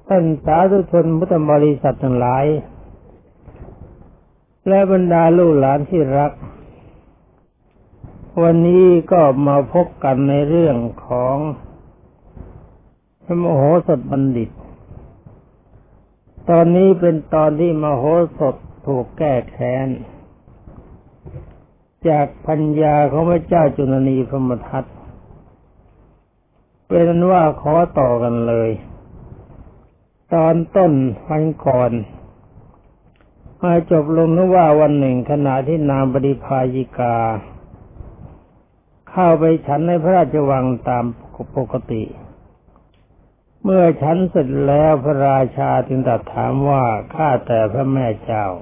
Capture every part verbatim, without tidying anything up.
ท่านสาธุชนพุทธบริษัททั้งหลายและบรรดาลูกหลานที่รักวันนี้ก็มาพบกันในเรื่องของพระมโหสถบัณฑิตตอนนี้เป็นตอนที่มโหสถถูกแก้แค้นจากพัญญาของพระเจ้าจุลนีพรหมทัตเป็นนั้นว่าขอต่อกันเลยตอนต้นวันก่อนมาจบลงนึกว่าวันหนึ่งขณะที่นางปฏิภายิกาเข้าไปฉันในพระราชวังตามปกติเมื่อฉันเสร็จแล้วพระราชาจึงตรัสถามว่าข้าแต่พระแม่เจ้า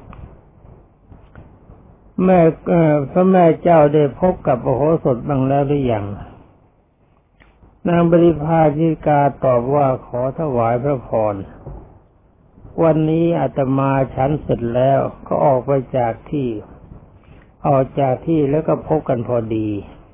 แม่พระแม่เจ้าได้พบกับมโหสถบ้างแล้วหรือยังนางปฏิภายิกาตอบว่าขอถวายพระพรวันนี้อาตมาฉันเสร็จแล้วก็ออกไปจากที่ออกจากที่แล้วก็พบกันพอดี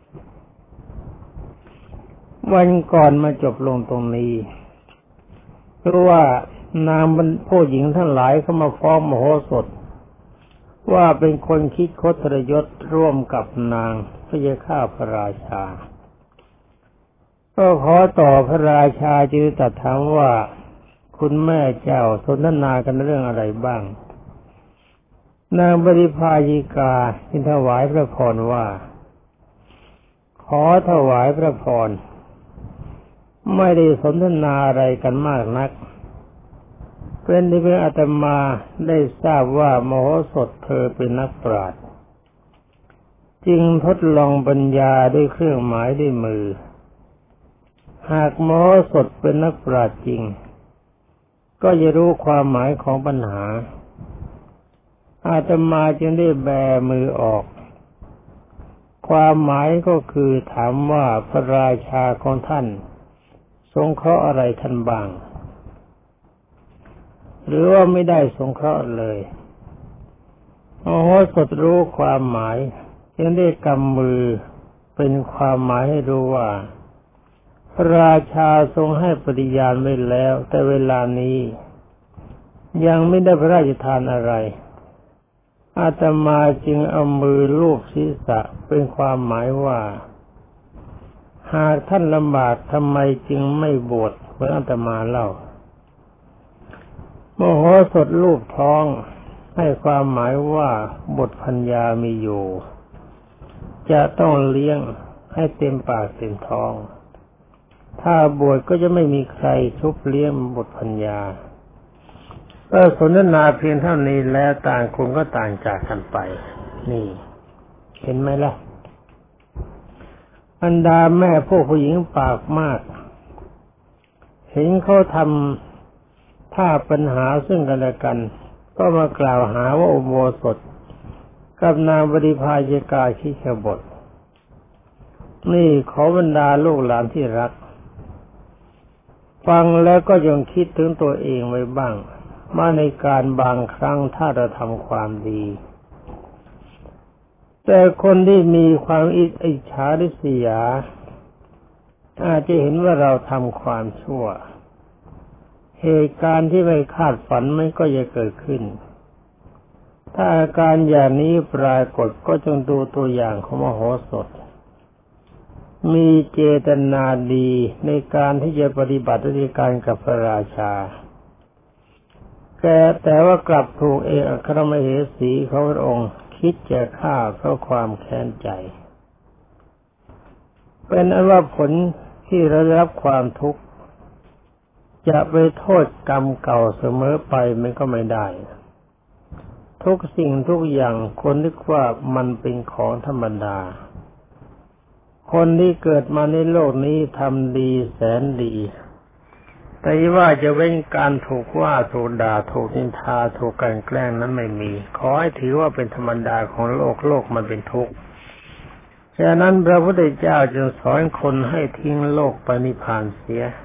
วันก่อนมาจบลงตรงนี้เพราะว่านางผู้หญิงทั้งหลายเข้ามาฟ้องมโหสถว่าเป็นคนคิดคดทรยศร่วมกับนางเพื่อจะฆ่าพระราชาก็ขอต่อพระราชาจึงตรัสถามว่าคุณแม่เจ้าสนทนากันเรื่องอะไรบ้างนางปฏิภายิกาจึงถวายพระพรว่าขอถวายพระพรไม่ได้สนทนาอะไรกันมากนักเป็นที่เพื่ออาตมาได้ทราบว่ามโหสถเธอเป็นนักปราชญ์จึงทดลองปัญญาด้วยเครื่องหมายด้วยมือหากมโหสถเป็นนักปราชญ์จริงก็จะรู้ความหมายของปัญหาอาตมาจึงได้แบมือออกความหมายก็คือถามว่าพระราชาของท่านสงเคราะห์อะไรท่านบ้างหรือว่าไม่ได้สงเคราะห์เลยมโหสถรู้ความหมายจึงได้กำมือเป็นความหมายให้รู้ว่าพระราชาทรงให้ปฏิญาณไว้แล้วแต่เวลานี้ยังไม่ได้พระราชทานอะไรอาตมาจึงเอามือลูบศีรษะเป็นความหมายว่าหากท่านลำบากทำไมจึงไม่บวชเหมือนอาตมาเล่ามโหสถลูบท้องให้ความหมายว่าบุตรภรรยามีอยู่จะต้องเลี้ยงให้เต็มปากเต็มท้องถ้าบวชก็จะไม่มีใครชุบเลี้ยงบุตรภรรยาก็สนทนาเพียงเท่านี้แล้วต่างคนก็ต่างจากกันไปนี่เห็นไหมล่ะบรรดาแม่พวกผู้หญิงปากมากเห็นเขาทำท่าปัญหาซึ่งกันและกันก็มากล่าวหาว่าอุโบสถกับนางปฏิภายิกาชิชบทนี่ขอบรรดาลูกหลานที่รักฟังแล้วก็ยังคิดถึงตัวเองไว้บ้างว่าในการบางครั้งถ้าเราทำความดีแต่คนที่มีความอิจฉาริษยาอาจจะเห็นว่าเราทำความชั่วเหตุการณ์ที่ไม่คาดฝันมันก็จะเกิดขึ้นถ้าอาการอย่างนี้ปรากฏก็จงดูตัวอย่างของมโหสถมีเจตนาดีในการที่จะปฏิบัติราชการกับพระราชาแต่แต่ว่ากลับถูกเอกอัครมเหสีของพระองค์คิดจะฆ่าเพราะความแค้นใจเป็นอันว่าผลที่เราได้รับความทุกข์จะไปโทษกรรมเก่าเสมอไปมันก็ไม่ได้ทุกสิ่งทุกอย่างคนนึกว่ามันเป็นของธรรมดาคนที่เกิดมาในโลกนี้ทำดีแสนดีแต่ว่าจะเว้นการถูกว่าถูกด่าถูกนินทาถูกกลั่นแกล้งนั้นไม่มีขอให้ถือว่าเป็นธรรมดาของโลกโลกมันเป็นทุกข์ฉะนั้นพระพุทธเจ้าจึงสอนคนให้ทิ้งโลกไปนิพพานเสีย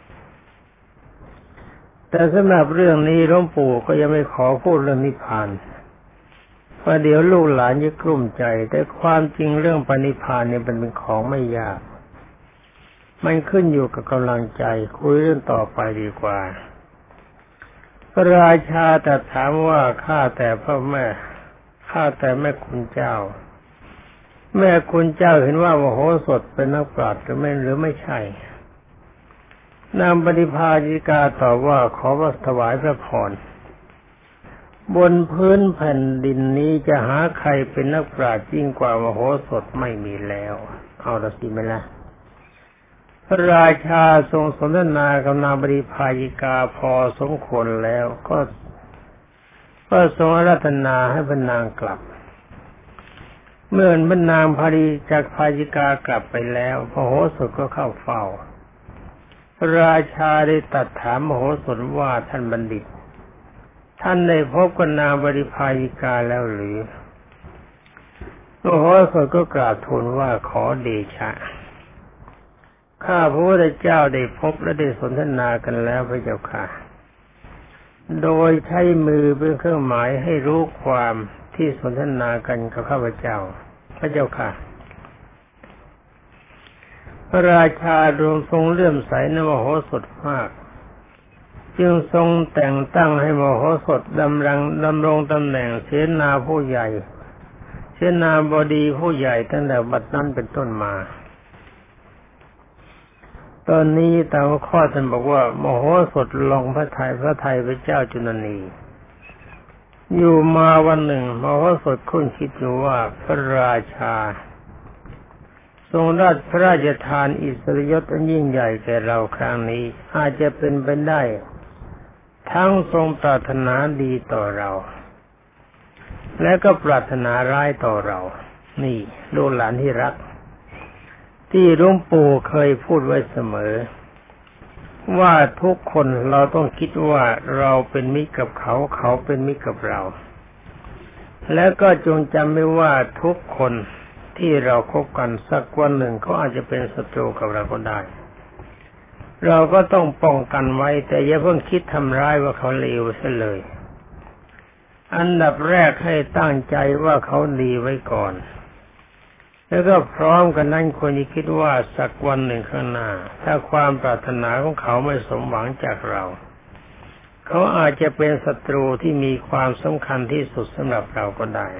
แต่สำหรับเรื่องนี้หลวงปู่ก็ยังไม่ขอพูดเรื่องนิพพานเพราะเดี๋ยวลูกหลานจะกลุ้มใจแต่ความจริงเรื่องปณิพพานเนี่ยมันเป็นของไม่ยากมันขึ้นอยู่กับกำลังใจคุยเรื่องต่อไปดีกว่าระราชาแต่ถามว่าข้าแต่พ่อแม่ข้าแต่แม่คุณเจ้าแม่คุณเจ้าเห็นว่ามโหสถเป็นนักปราชญ์หรือไม่หรือไม่ใช่นางปฏิภายิกาตอบว่าขอถวายพระพรบนพื้นแผ่นดินนี้จะหาใครเป็นนักปราชญ์ยิ่งกว่ามโหสถไม่มีแล้วเอาละสิไหมล่ะพระราชาทรงสนทนากับนางปฏิภายิกาพอสมควรแล้วก็ก็ทรงอาราธนาให้พระนางกลับเมื่อพระนางพาริจากพายิกากลับไปแล้วมโหสถก็เข้าเฝ้าพระราชาได้ตรัสถามมโหสถว่าท่านบัณฑิตท่านได้พบกับนางปฏิภายิกาแล้วหรือมโหสถก็กราบทูลว่าขอเดชะข้าพระพุทธเจ้าได้พบและได้สนทนากันแล้วพระเจ้าค่ะโดยใช้มือเป็นเครื่องหมายให้รู้ความที่สนทนากันกับข้าพเจ้าพระเจ้าค่ะพระราชาทรงเลื่อมใสในมโหสถมากจึงทรงแต่งตั้งให้มโหสถดำรงดำรงตำแหน่งเสนาผู้ใหญ่เสนาบดีผู้ใหญ่ตั้งแต่บัดนั้นเป็นต้นมาตอนนี้ตามข้อท่านบอกว่ามโหสถลงพระทัยพระทัยพระเจ้าจุลนีอยู่มาวันหนึ่งมโหสถคุ้นคิดอยู่ว่าพระราชาทรงราชพระราชทานอิสริยศอันยิ่งใหญ่แก่เราครั้งนี้อาจจะเป็นไปได้ทั้งทรงปรารถนาดีต่อเราและก็ปรารถนาร้ายต่อเรานี่ลูกหลานที่รักที่หลวงปู่เคยพูดไว้เสมอว่าทุกคนเราต้องคิดว่าเราเป็นมิตรกับเขาเขาเป็นมิตรกับเราและก็จงจำไว้ว่าทุกคนที่เราคบกันสักวันหนึ่งเขาอาจจะเป็นศัตรูกับเราก็ได้เราก็ต้องป้องกันไว้แต่อย่าเพิ่งคิดทำร้ายว่าเขาเลวซะเลยอันดับแรกให้ตั้งใจว่าเขาดีไว้ก่อนแล้วก็พร้อมกันนั้นควรจะคิดว่าสักวันหนึ่งข้างหน้าถ้าความปรารถนาของเขาไม่สมหวังจากเราเขาอาจจะเป็นศัตรูที่มีความสำคัญที่สุดสำหรับเราก็ได้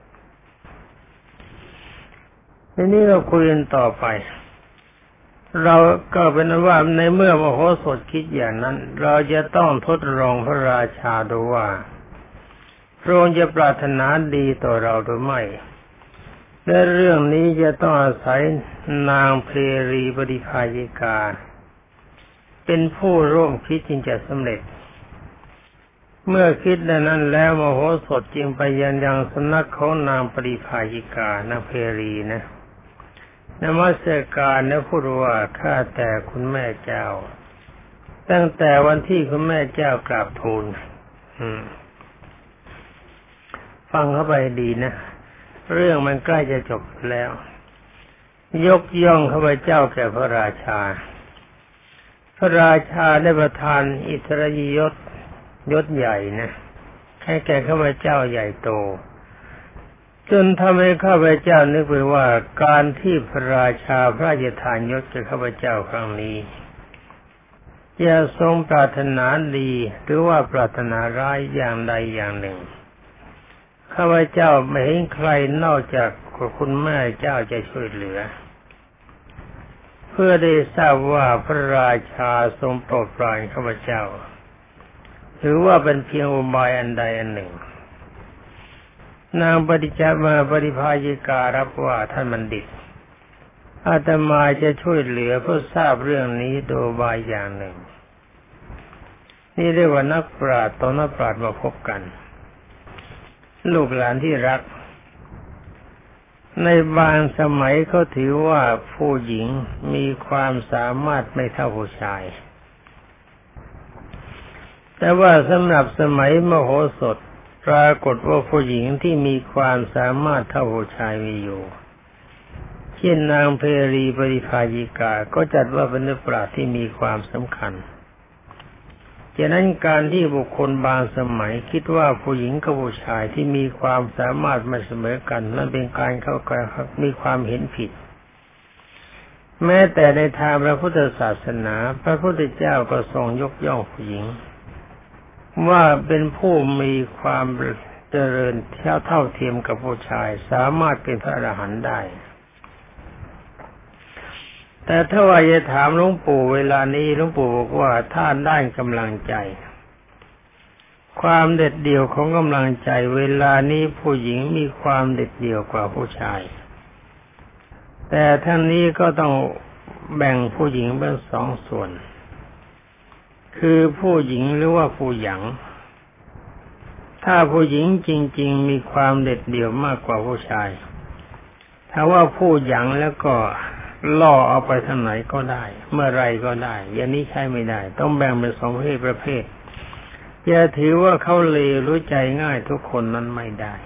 ทีนี้เราคุยกันต่อไปเราก็เป็นว่าในเมื่อมโหสถคิดอย่างนั้นเราจะต้องทดลองพระราชาดูว่าพระองค์จะปรารถนาดีต่อเราหรือไม่และเรื่องนี้จะต้องอาศัยนางเพรีปฏิภายิกาเป็นผู้ร่วมคิดจึงจะสำเร็จเมื่อคิดดังนั้นแล้วมโหสถจึงไปยังยังสำนักของนางปฏิภายิกานางเพรีนะนมัสการและพูดว่าข้าแต่คุณแม่เจ้าตั้งแต่วันที่คุณแม่เจ้ากราบทูลฟังเข้าไปดีนะเรื่องมันใกล้จะจบแล้วยกย่องข้าพเจ้าแก่พระราชาพระราชาได้ประทานอิสริยยศยศใหญ่นะให้แก่ข้าพเจ้าใหญ่โตจนทำให้ข้าพเจ้านึกไปว่าการที่พระราชาพระราชทานยศแก่ข้าพเจ้าครั้งนี้จะทรงปรารถนาดีหรือว่าปรารถนาร้ายอย่างใดอย่างหนึ่งข้าพเจ้าไม่เห็นใครนอกจากคุณแม่เจ้าจะช่วยเหลือเพื่อได้ทราบว่าพระราชาทรงโปรดปรานข้าพเจ้าหรือว่าเป็นเพียงอุบายอันใดอันหนึ่งนางปฏิจจามาปฏิภายิการับว่าท่านบัณฑิตอาตมาจะช่วยเหลือเพื่อทราบเรื่องนี้โดยบายอย่างหนึ่งนี่เรียกว่านักปราชญ์ต่อนักปราชญ์มาพบกันลูกหลานที่รักในบางสมัยเขาถือว่าผู้หญิงมีความสามารถไม่เท่าผู้ชายแต่ว่าสำหรับสมัยมโหสถปรากฏว่าผู้หญิงที่มีความสามารถเท่าผู้ชายมีอยู่เช่นนางเพรีปฏิภายิกาก็จัดว่าเป็นนักปราชญ์ที่มีความสำคัญฉะนั้นการที่บุคคลบางสมัยคิดว่าผู้หญิงกับผู้ชายที่มีความสามารถไม่เสมอกันนั่นเป็นการเข้าใจมีความเห็นผิดแม้แต่ในทางพระพุทธศาสนาพระพุทธเจ้าก็ทรงยกย่องผู้หญิงว่าเป็นผู้มีความเจริญเท่าเท่าเทียมกับผู้ชายสามารถเป็นพระอรหันต์ได้แต่ถ้าว่าจะถามหลวงปู่เวลานี้หลวงปู่บอกว่าถ้าด้านกำลังใจความเด็ดเดี่ยวของกำลังใจเวลานี้ผู้หญิงมีความเด็ดเดี่ยวกว่าผู้ชายแต่ทั้งนี้ก็ต้องแบ่งผู้หญิงเป็นสองส่วนคือผู้หญิงหรือว่าผู้หญิงถ้าผู้หญิงจริงๆมีความเด็ดเดี่ยวมากกว่าผู้ชายถ้าว่าผู้หญิงแล้วก็ล่อเอาไปทางไหนก็ได้เมื่อไรก็ได้อย่างนี้ใช้ไม่ได้ต้องแบ่งเป็นสองประเภทประเภทอย่าถือว่าเขาเลวรู้ใจง่ายทุกคนนั้นไม่ได้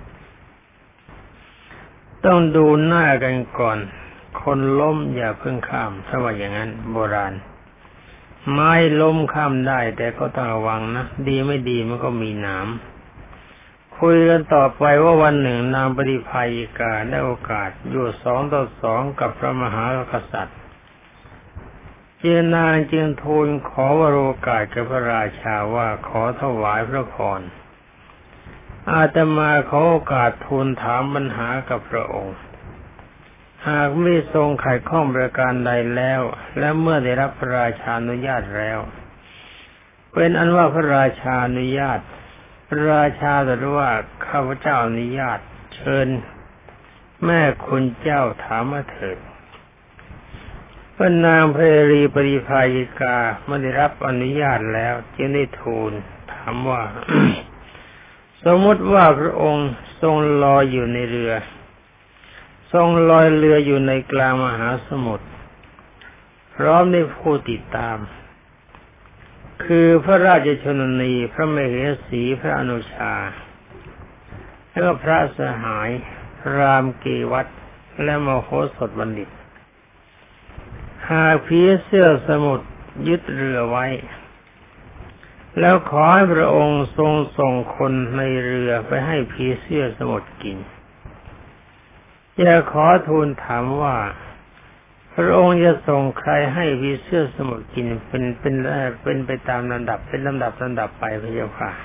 ต้องดูหน้ากันก่อนคนล้มอย่าเพิ่งข้ามถ้าว่าอย่างนั้นโบราณไม้ล้มข้ามได้แต่ก็ต้องระวังนะดีไม่ดีมันก็มีหนามคุยกันต่อไปว่าวันหนึ่งนางปฏิภายิกาได้โอกาสอยู่สองต่อสองกับพระมหากษัตริย์เจนางจึงทูลขอวโรกาสกับพระราชาว่าขอถวายพระพรอาตมาขอโอกาสทูลถามปัญหากับพระองค์หากไม่ทรงขัดข้องประการใดแล้วและเมื่อได้รับพระราชานุญาตแล้วเป็นอันว่าพระราชาอนุญาตพระราชาตรัสว่าข้าพเจ้าอนุญาตเชิญแม่คุณเจ้าถามมาเถิดพระนางเพรีปฏิภายิกาเมื่อได้รับอนุญาตแล้วจึงได้ทูลถามว่า สมมติว่าพระองค์ทรงลอยอยู่ในเรือทรงลอยเรืออยู่ในกลางมหาสมุทรพร้อมด้วยผู้ติดตามคือพระราชชนนีพระมเหสีพระอนุชาและพระสหายรามเกวัฏและมโหสถบัณฑิตหากผีเสื้อสมุทรยึดเรือไว้แล้วขอให้พระองค์ทรงส่งคนในเรือไปให้ผีเสื้อสมุทรกินอยากขอทูลถามว่าพระองค์จะส่งใครให้ผีเสื้อสมุทรกินเป็นเป็นเป็นไปตามลำดับเป็นลำดับลำดับไปพระเจ้าค่ะ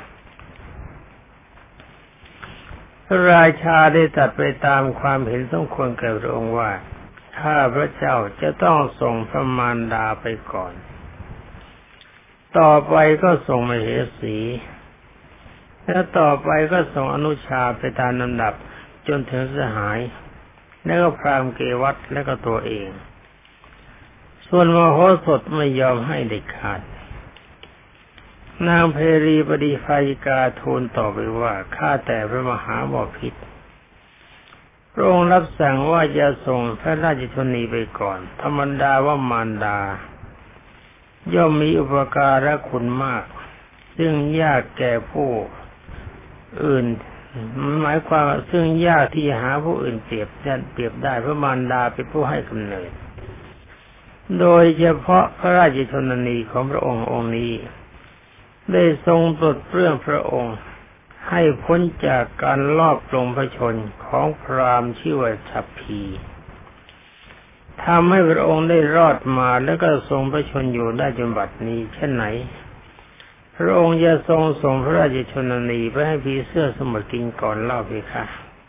พระราชาได้ตรัสไปตามความเห็นสมควรแก่พระองค์ว่าข้าพระเจ้าจะต้องส่งพระมารดาไปก่อนต่อไปก็ส่งมเหสีแล้วต่อไปก็ส่งอนุชาไปตามลำดับจนถึงสหายแล้วก็พราหมณ์เกวัฏแล้วก็ตัวเองส่วนมโหสถไม่ยอมให้เด็ดขาดนางเพรีปฏิภายิกาทูลต่อไปว่าข้าแต่พระมหาบพิตรพระองค์รับสั่งว่าจะส่งพระราชชนนีไปก่อนธรรมดาว่ามารดาย่อมมีอุปการะคุณมากซึ่งยากแก่ผู้อื่นหมายความว่าซึ่งยากที่หาผู้อื่นเปรียบเปรียบได้เพราะมารดาเป็นผู้ให้กำเนิดโดยเฉพาะพระราชชนนีของพระองค์องค์นี้ได้ทรงปลดเปลื้องพระองค์ให้พ้นจากการลอบปลงพระชนของพราหมณ์ชื่อว่าฉัพพีทำให้พระองค์ได้รอดมาแล้วก็ทรงพระชนอยู่ได้จนบัดนี้เช่นไหนพระองค์จะทรงส่งพระราชชนนีไปให้ผีเสื้อสมุทรกินก่อนเล่าเพคะ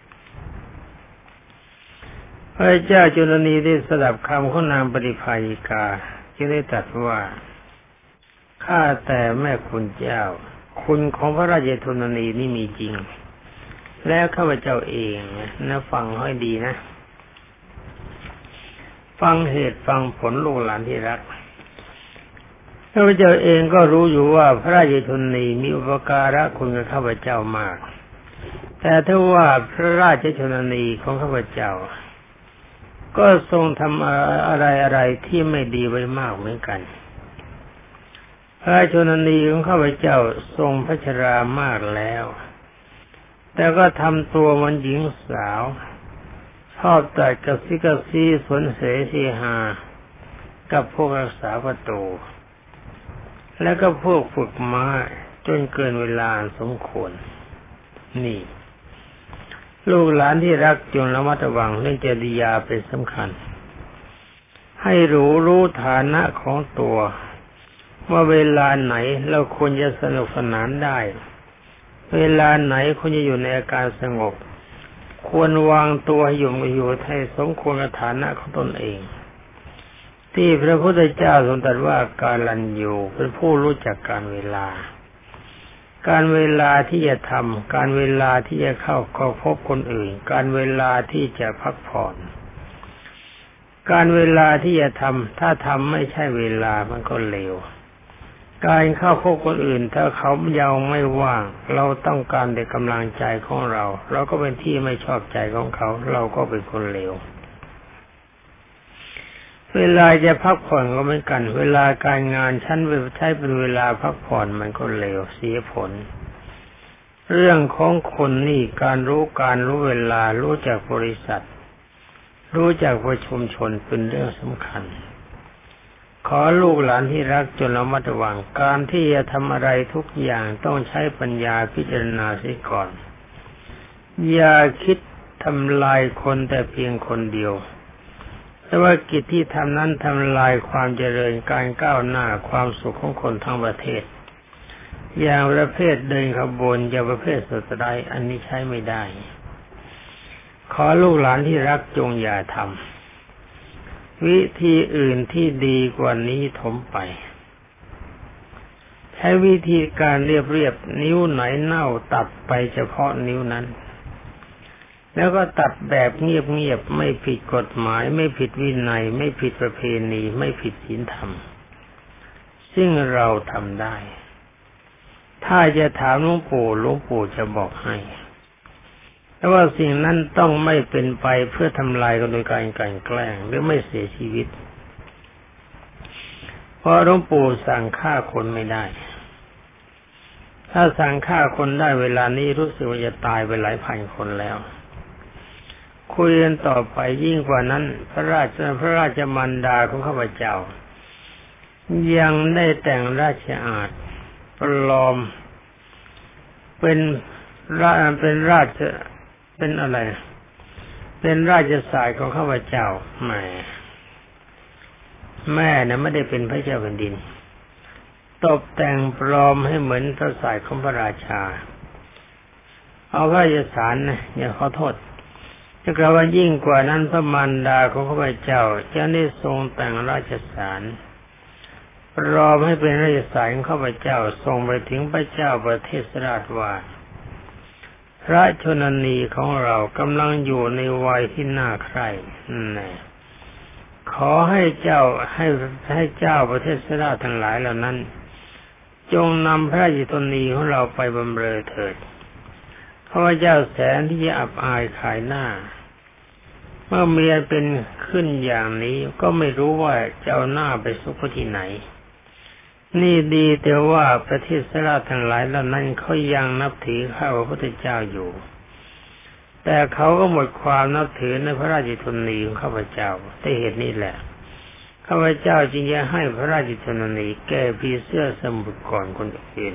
พระเจ้าชนนีได้สดับคำของนางปฏิภายิกาจึงได้ตรัสว่าข้าแต่แม่คุณเจ้าคุณของพระราชชนนีนี่มีจริงแล้วข้าพเจ้าเองนะฟังให้ดีนะฟังเหตุฟังผลลูกหลานที่รักข้าพเจ้าเองก็รู้อยู่ว่าพระราชชนนีมีอุปการะคุณกับข้าพเจ้ามากแต่ถ้าว่าพระราชชนนีของข้าพเจ้าก็ทรงทำอะไรอะไรที่ไม่ดีไว้มากเหมือนกันพระราชชนนีของข้าพเจ้าทรงพระชรามากแล้วแต่ก็ทำตัวมันหญิงสาวชอบแต่กระซิกระซีสวนเสสีหากับพวกรักษาประตูแล้วก็พวกฝึกม้าจนเกินเวลาสมควรนี่ลูกหลานที่รักจงระมัดระวังเรื่องจริยาเป็นสำคัญให้รู้รู้ฐานะของตัวว่าเวลาไหนเราควรจะสนุกสนานได้เวลาไหนควรจะอยู่ในอาการสงบควรวางตัวอยู่อยู่ให้สมควรกับฐานะของตนเองที่พระพุทธเจ้าทรงตรัสว่ากาลัญญูเป็นผู้รู้จักการเวลาการเวลาที่จะทำการเวลาที่จะเข้าเข้าพบคนอื่นการเวลาที่จะพักผ่อนการเวลาที่จะทำถ้าทำไม่ใช่เวลามันก็เลวการเข้าพบคนอื่นถ้าเขายังไม่ว่างเราต้องการแต่กำลังใจของเราเราก็เป็นที่ไม่ชอบใจของเขาเราก็เป็นคนเลวเวลาจะพักผ่อนก็เหมือนกันเวลาการงานชั้นใช้เป็นเวลาพักผ่อนมันก็เลวเสียผลเรื่องของคนนี่การรู้การรู้เวลารู้จักบริษัทรู้จักประชุมชนเป็นเรื่องสำคัญขอลูกหลานที่รักจงระมัดระวังการที่จะทำอะไรทุกอย่างต้องใช้ปัญญาพิจารณาเสียก่อนอย่าคิดทำลายคนแต่เพียงคนเดียวแต่ว่ากิจที่ทำนั้นทำลายความเจริญการก้าวหน้าความสุขของคนทั้งประเทศอย่างประเภทเดินขบวนอย่างประเภทสุดท้ายอันนี้ใช้ไม่ได้ขอลูกหลานที่รักจงอย่าทำวิธีอื่นที่ดีกว่านี้ถมไปใช้วิธีการเรียบๆนิ้วไหนเน่าตัดไปเฉพาะนิ้วนั้นแล้วก็ตัดแบบเงียบๆไม่ผิดกฎหมายไม่ผิดวินัยไม่ผิดประเพณีไม่ผิดศีลธรรมซึ่งเราทำได้ถ้าจะถามหลวงปู่หลวงปู่จะบอกให้แต่ว่าสิ่งนั้นต้องไม่เป็นไปเพื่อทำลายกันโดยการกลั่นแกล้งหรือไม่เสียชีวิตเพราะหลวงปู่สั่งฆ่าคนไม่ได้ถ้าสั่งฆ่าคนได้เวลานี้รู้สึกว่าจะตายไปหลายพันคนแล้วคุยกันต่อไปยิ่งกว่านั้นพระราชพระราชมารดาของข้าพเจ้ายังได้แต่งราชอาณาปลอมเป็นราเป็นราชเป็นอะไรเป็นราชสายของข้าพเจ้าแม่แม่น่ะไม่ได้เป็นพระเจ้าแผ่นดินตกแต่งปลอมให้เหมือนพระสายของพระราชาเอาพระราชสารนะอย่าขอโทษจะกล่าวว่ายิ่งกว่านั้นพระมารดาของข้าพเจ้าจะได้ทรงแต่งราชสารปลอมให้เป็นราชสารของข้าพเจ้าส่งไปถึงพระเจ้าประเทศราชว่าพระชนนีของเรากำลังอยู่ในวัยที่น่าใคร่นี่ขอให้เจ้าให้ให้เจ้าประเทศราชทั้งหลายเหล่านั้นจงนำพระราชชนนีของเราไปบำเรอเถิดข้าพเจ้าแสนที่จะอับอายขายหน้าเมื่อเมียเป็นขึ้นอย่างนี้ก็ไม่รู้ว่าจะเอาหน้าไปซุกที่ไหนนี่ดีแต่ว่าประเทศสราทั้งหลายเหล่านั้นเขายังนับถือข้าพระพุทธเจ้าอยู่แต่เขาก็หมดความนับถือในพระราชชนนีของข้าพเจ้าด้วยเหตุนี้แหละข้าพเจ้าจึงจะให้พระราชชนนีแก่ผีเสื้อสมุทรก่อนคนอื่น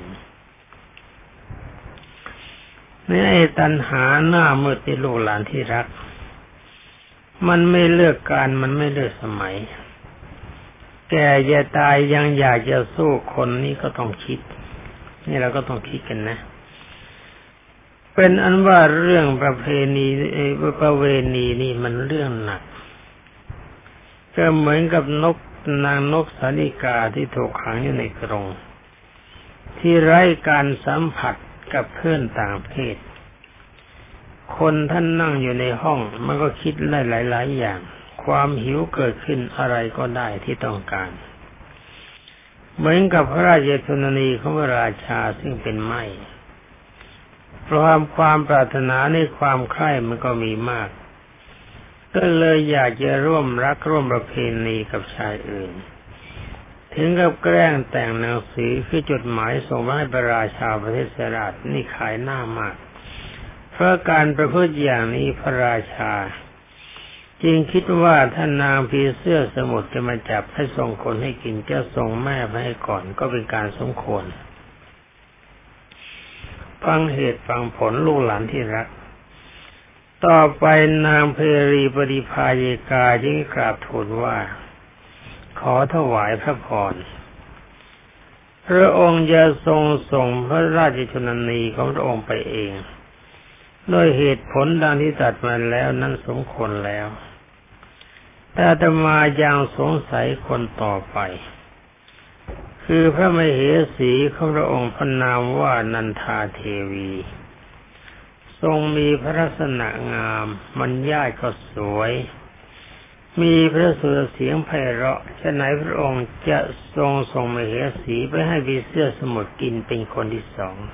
นี่ไอ้ตัณหาหน้ามืดที่ลูกหลานที่รักมันไม่เลือกการมันไม่เลือกสมัยแก่จะตายยังอยากจะสู้คนนี่ก็ต้องคิดนี่เราก็ต้องคิดกันนะเป็นอันว่าเรื่องประเพณีประเวณีนี่มันเรื่องหนักก็เหมือนกับนกนางนกสาลิกาที่ถูกขังอยู่ในกรงที่ไร้การสัมผัสกับเพื่อนต่างเพศคนท่านนั่งอยู่ในห้องมันก็คิดได้หลายๆอย่างความหิวเกิดขึ้นอะไรก็ได้ที่ต้องการเหมือนกับพระราชชนนีของพระราชาซึ่งเป็นไม้ความความปรารถนาในความใคร่มันก็มีมากก็เลยอยากจะร่วมรักร่วมประเพณีกับชายอื่นถึงกับแกล้งแต่งหนังสือคือจดหมายส่งมาให้พระราชาประเทศสราชนี่ขายหน้ามากเพราะการประพฤติอย่างนี้พระราชาจึงคิดว่าท่านนางผีเสื้อสมุทรจะมาจับให้ส่งคนให้กินจะส่งแม่ไปให้ก่อนก็เป็นการสมควรฟังเหตุฟังผลลูกหลานที่รักต่อไปนางเพรีปฏิภายิกาจึงกราบทูลว่าขอถวายพระพรพระองค์จะทรงส่งพระราชชนนีของพระองค์ไปเองโดยเหตุผลดังที่ตรัสมาแล้วนั้นสมควรแล้วแต่อาตมายังสงสัยคนต่อไปคือพระมเหสีของพระองค์พระนามว่านันทาเทวีทรงมีพระลักษณะงามบรรยายก็สวยมีพระสุรเสียงไพเราะฉะนั้นพระองค์จะทรงส่งมเหสีไปให้บีเสื้อสมุทรกินเป็นคนที่สอง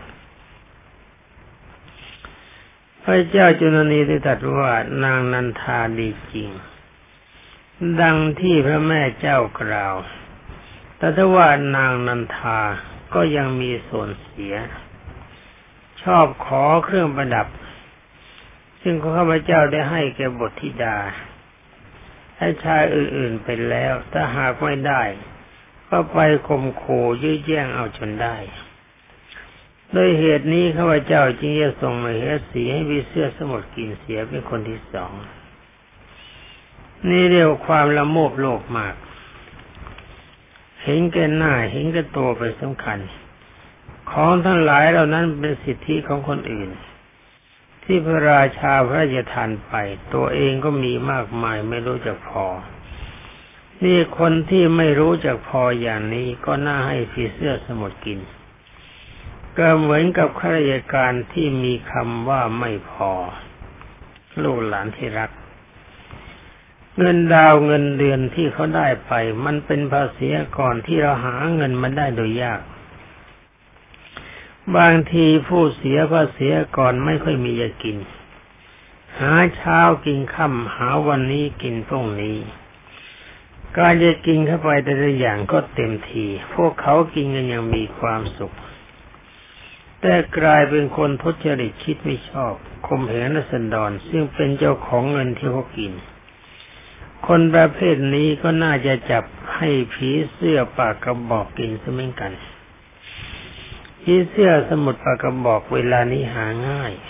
พระเจ้าจุลนีได้ตรัสว่านางนันทาดีจริงดังที่พระแม่เจ้ากล่าวแต่ถ้าว่านางนันทาก็ยังมีส่วนเสียชอบขอเครื่องประดับซึ่งข้าพเจ้าได้ให้แก่บุตรธิดาให้ชายอื่นๆไปแล้วถ้าหากไม่ได้ก็ไปข่มขู่ยื้อแย่งเอาจนได้โดยเหตุนี้ข้าพเจ้าจึงจะส่งมเหสีให้บีเสื้อสมุทรกินเสียเป็นคนที่สองนี่เรียกความละโมบโลภมากเห็นแก่หน้าเห็นแก่ตัวเป็นสำคัญของทั้งหลายเหล่านั้นเป็นสิทธิของคนอื่นที่พระราชาพระราชทานไปตัวเองก็มีมากมายไม่รู้จักพอนี่คนที่ไม่รู้จักพออย่างนี้ก็น่าให้ผีเสื้อสมุทรกินก็เหมือนกับข้าราชการที่มีคำว่าไม่พอลูกหลานที่รักเงินดาวเงินเดือนที่เขาได้ไปมันเป็นภาษีก่อนที่เราหาเงินมาได้โดยยากบางทีผู้เสียภาษีก่อนไม่ค่อยมีจะกินหาเช้ากินค่ำหาวันนี้กินพรุ่งนี้การจะกินเข้าไปแต่ละอย่างก็เต็มทีพวกเขากินกันอย่างมีความสุขแต่กลายเป็นคนทุจริตคิดไม่ชอบข่มเหงราษฎรซึ่งเป็นเจ้าของเงินที่เขากินคนประเภทนี้ก็น่าจะจับให้ผีเสื้อปากกระบอกกินซะเหมือนกันผีเสื้อสมุทรปากกระบอกเวลานี้หาง่าย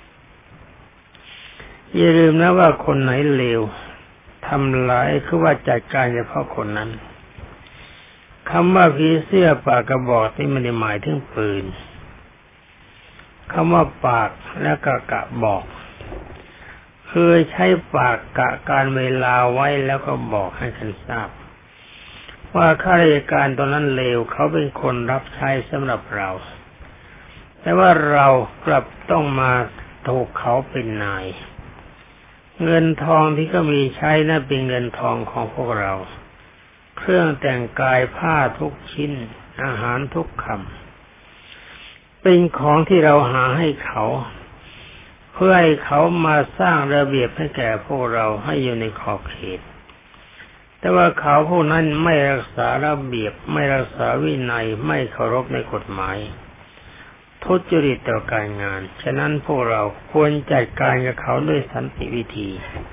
อย่าลืมนะว่าคนไหนเลวทำร้ายคือว่าจัดการเฉพาะคนนั้นคำว่าผีเสื้อปากกระบอกนี่ไม่ได้หมายถึงปืนคำว่าปากและกะกะบอกคือใช้ปากกะการเวลาไว้แล้วก็บอกให้ท่านทราบว่าข้าราชการตอนนั้นเลวเขาเป็นคนรับใช้สำหรับเราแต่ว่าเรากลับต้องมาถูกเขาเป็นนายเงินทองที่ก็มีใช้นั่นเป็นเงินทองของพวกเราเครื่องแต่งกายผ้าทุกชิ้นอาหารทุกคำเป็นของที่เราหาให้เขาเพื่อให้เขามาสร้างระเบียบให้แก่พวกเราให้อยู่ในขอบเขตแต่ว่าเขาพวกนั้นไม่รักษาระเบียบไม่รักษาวินัยไม่เคารพในกฎหมายทุจริตต่อการงานฉะนั้นพวกเราควรจัดการกับเขาด้วยสันติวิธี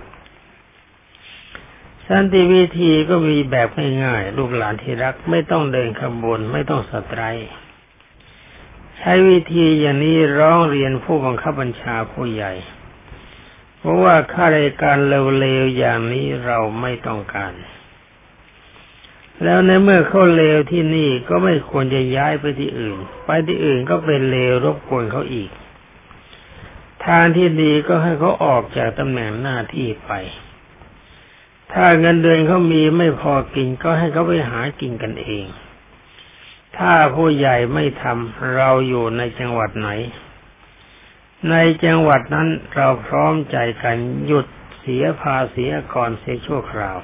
สันติวิธีก็มีแบบง่ายๆลูกหลานที่รักไม่ต้องเดินขบวนไม่ต้องสไตร์ใช้วิธีอย่างนี้ร้องเรียนผู้บังคับบัญชาผู้ใหญ่เพราะว่าข้าราชการเลวๆอย่างนี้เราไม่ต้องการแล้วในเมื่อเขาเลวที่นี่ก็ไม่ควรจะย้ายไปที่อื่นไปที่อื่นก็เป็นเลวรบกวนเขาอีกทางที่ดีก็ให้เขาออกจากตำแหน่งหน้าที่ไปถ้าเงินเดือนเขามีไม่พอกินก็ให้เขาไปหากินกันเองถ้าผู้ใหญ่ไม่ทำเราอยู่ในจังหวัดไหนในจังหวัดนั้นเราพร้อมใจกันหยุดเสียภาษีก่อนเสียชั่วคราว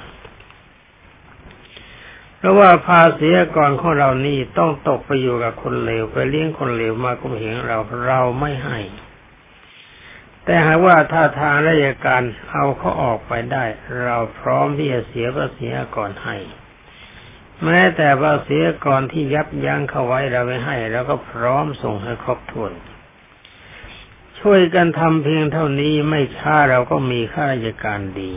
เพราะว่าภาษีก่อนของเรานี่ต้องตกไปอยู่กับคนเลวไปเลี้ยงคนเลวมากุมเหงเราเราไม่ให้แต่หากว่าถ้าทางราชการเอาเขาออกไปได้เราพร้อมที่จะเสียภาษีก่อนให้แม้แต่ภาษีก่อนที่ยับยั้งเขาไว้เราไม่ให้เราก็พร้อมส่งให้ครบถ้วนช่วยกันทำเพียงเท่านี้ไม่ช้าเราก็มีข้าราชการดี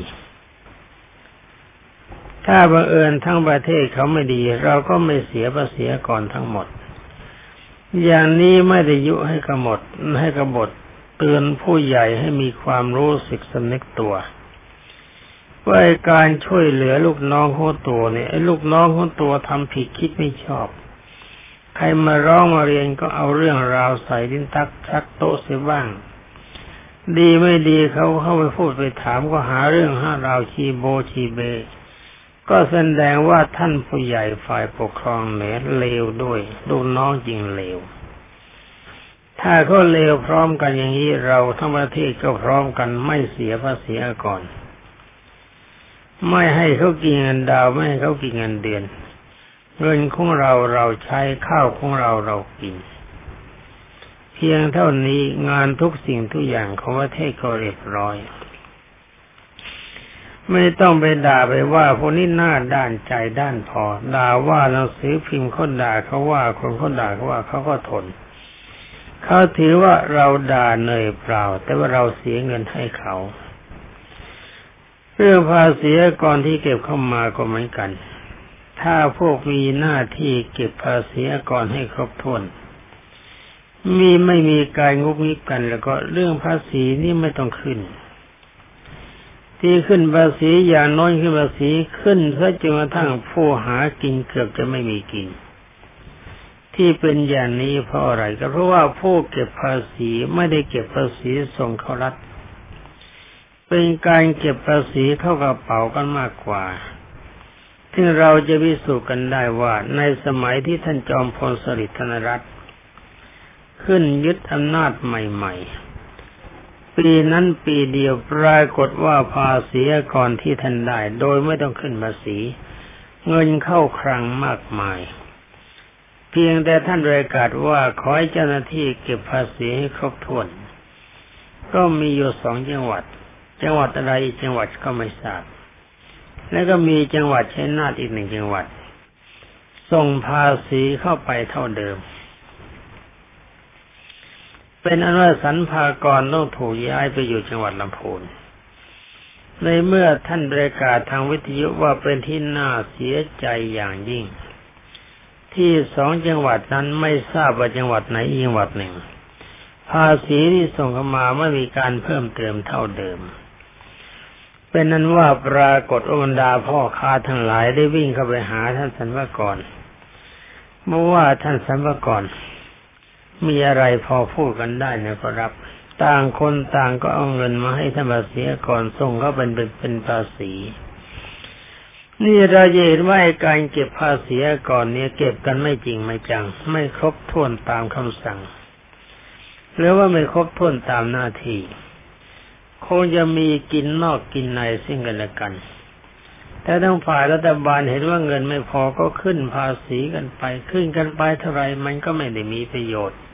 ถ้าบังเอิญทั้งประเทศเขาไม่ดีเราก็ไม่เสียภาษีก่อนทั้งหมดอย่างนี้ไม่ได้ยุให้กบฏให้กบฏเตือนผู้ใหญ่ให้มีความรู้สึกสำนึกตัวว่าการช่วยเหลือลูกน้องของตัวเนี่ยไอ้ลูกน้องของตัวทำผิดคิดไม่ชอบใครมาร้องมาเรียนก็เอาเรื่องราวใส่ลิ้นทักชักโต๊ะเสียบ้างดีไม่ดีเขาเข้าไปพูดไปถามก็หาเรื่องหาราวชีโบชีเบก็แสดงว่าท่านผู้ใหญ่ฝ่ายปกครองเหนือเลวด้วยลูกน้องจริงเลวถ้าเขาเลวพร้อมกันอย่างนี้เราทั้งประเทศก็พร้อมกันไม่เสียภาษีก่อนไม่ให้เขากินเงินดาวไม่ให้เขากินเงินเดือนเงินของเราเราใช้ข้าวของเราเรากินเพียงเท่านี้งานทุกสิ่งทุกอย่างของประเทศก็เรียบร้อยไม่ต้องไปด่าไปว่าพวกนี้หน้าด้านใจด้านพอด่าว่าหนังสือพิมพ์คนด่าเขาว่าคนเขาด่าเขาว่าเขาก็ทนเขาถือว่าเราด่าเนยเปล่าแต่ว่าเราเสียเงินให้เขาเรื่องภาษีก่อนที่เก็บเข้ามาก็เหมือนกันถ้าพวกมีหน้าที่เก็บภาษีก่อนให้ครบถ้วนมีไม่มีการงุบงิบกันแล้วก็เรื่องภาษีนี่ไม่ต้องขึ้นที่ขึ้นภาษีอย่างน้อยขึ้นภาษีขึ้นซะจนกระทั่งผู้หากินเกือบจะไม่มีกินที่เป็นอย่างนี้เพราะอะไรก็เพราะว่าผู้เก็บภาษีไม่ได้เก็บภาษีส่งเข้ารัฐเป็นการเก็บภาษีเข้ากระเป๋ากันมากกว่าซึ่งเราจะพิสูจน์กันได้ว่าในสมัยที่ท่านจอมพลสฤษดิ์ธนรัตน์ขึ้นยึดอำนาจใหม่ๆปีนั้นปีเดียวปรากฏว่าภาษีก่อนที่ท่านได้โดยไม่ต้องขึ้นภาษีเงินเข้าคลังมากมายเพียงแต่ท่านประกาศว่าขอให้เจ้าหน้าที่เก็บภาษีให้ครบถ้วนก็มีอยู่สองจังหวัดจังหวัดอะไรอีกจังหวัดก็ไม่ทราบแล้วก็มีจังหวัดชัยนาทอีกหนึ่งจังหวัดส่งภาษีเข้าไปเท่าเดิมเป็นอันว่าสรรพากรต้องถูกย้ายไปอยู่จังหวัดลำพูนในเมื่อท่านประกาศทางวิทยุว่าเป็นที่น่าเสียใจอย่างยิ่งที่สองจังหวัดนั้นไม่ทราบว่าจังหวัดไหนจังหวัดหนึ่งภาษีที่ส่งเข้ามาไม่มีการเพิ่มเติมเท่าเดิมเป็นนั้นว่าปรากฏว่าบรรดาพ่อค้าทั้งหลายได้วิ่งเข้าไปหาท่านสรรพากรเมื่อว่าท่านสรรพากรมีอะไรพอพูดกันได้นะขอรับต่างคนต่างก็เอาเงินมาให้ท่านภาษีก่อนส่งเข้าเป็นเป็นภาษีนี่เราเห็นว่าการเก็บภาษีก่อนเนี่ยเก็บกันไม่จริงไม่จังไม่ครบถ้วนตามคำสั่งหรือว่าไม่ครบถ้วนตามหน้าที่คงจะมีกินนอกกินในซึ่งกันและกันแต่ทั้งฝ่ายรัฐบาลเห็นว่าเงินไม่พอก็ขึ้นภาษีกันไปขึ้นกันไปเท่าไรมันก็ไม่ได้มีประโยชน์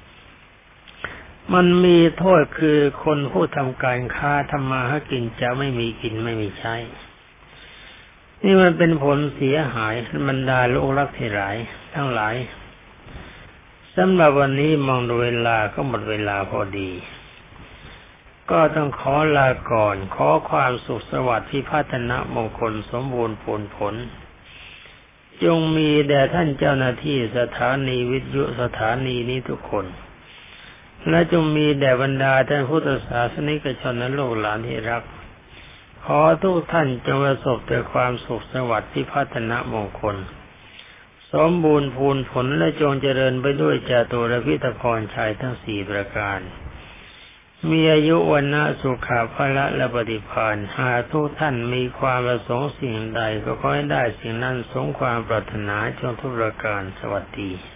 มันมีโทษคือคนผู้ทำการค้าทำมาหากินจะไม่มีกินไม่มีใช้นี่มันเป็นผลเสียหายบรรดาโลกรักที่หลายทั้งหลายสำหรับวันนี้มองดูเวลาก็หมดเวลาพอดีก็ต้องขอลาก่อนขอความสุขสวัสดิ์พิพัฒนมงคลสมบูรณ์ผลผลจงมีแด่ท่านเจ้าหน้าที่สถานีวิทยุสถานีนี้ทุกคนและจงมีแด่บรรดาท่านพุทธศาสนิกชนและโลกหลานที่รักขอทุกท่านจงประสบแต่ความสุขสวัสดิ์พิพัฒนมงคลสมบูรณ์พูนผลและจงเจริญไปด้วยจตุรพิธพรชัยทั้งสี่ประการมีอายุวันนะสุขภาละและปฏิภาณหากทุกท่านมีความประสงค์สิ่งใดก็ขอให้ได้สิ่งนั้นสมความปรารถนาจงทุกประการสวัสดี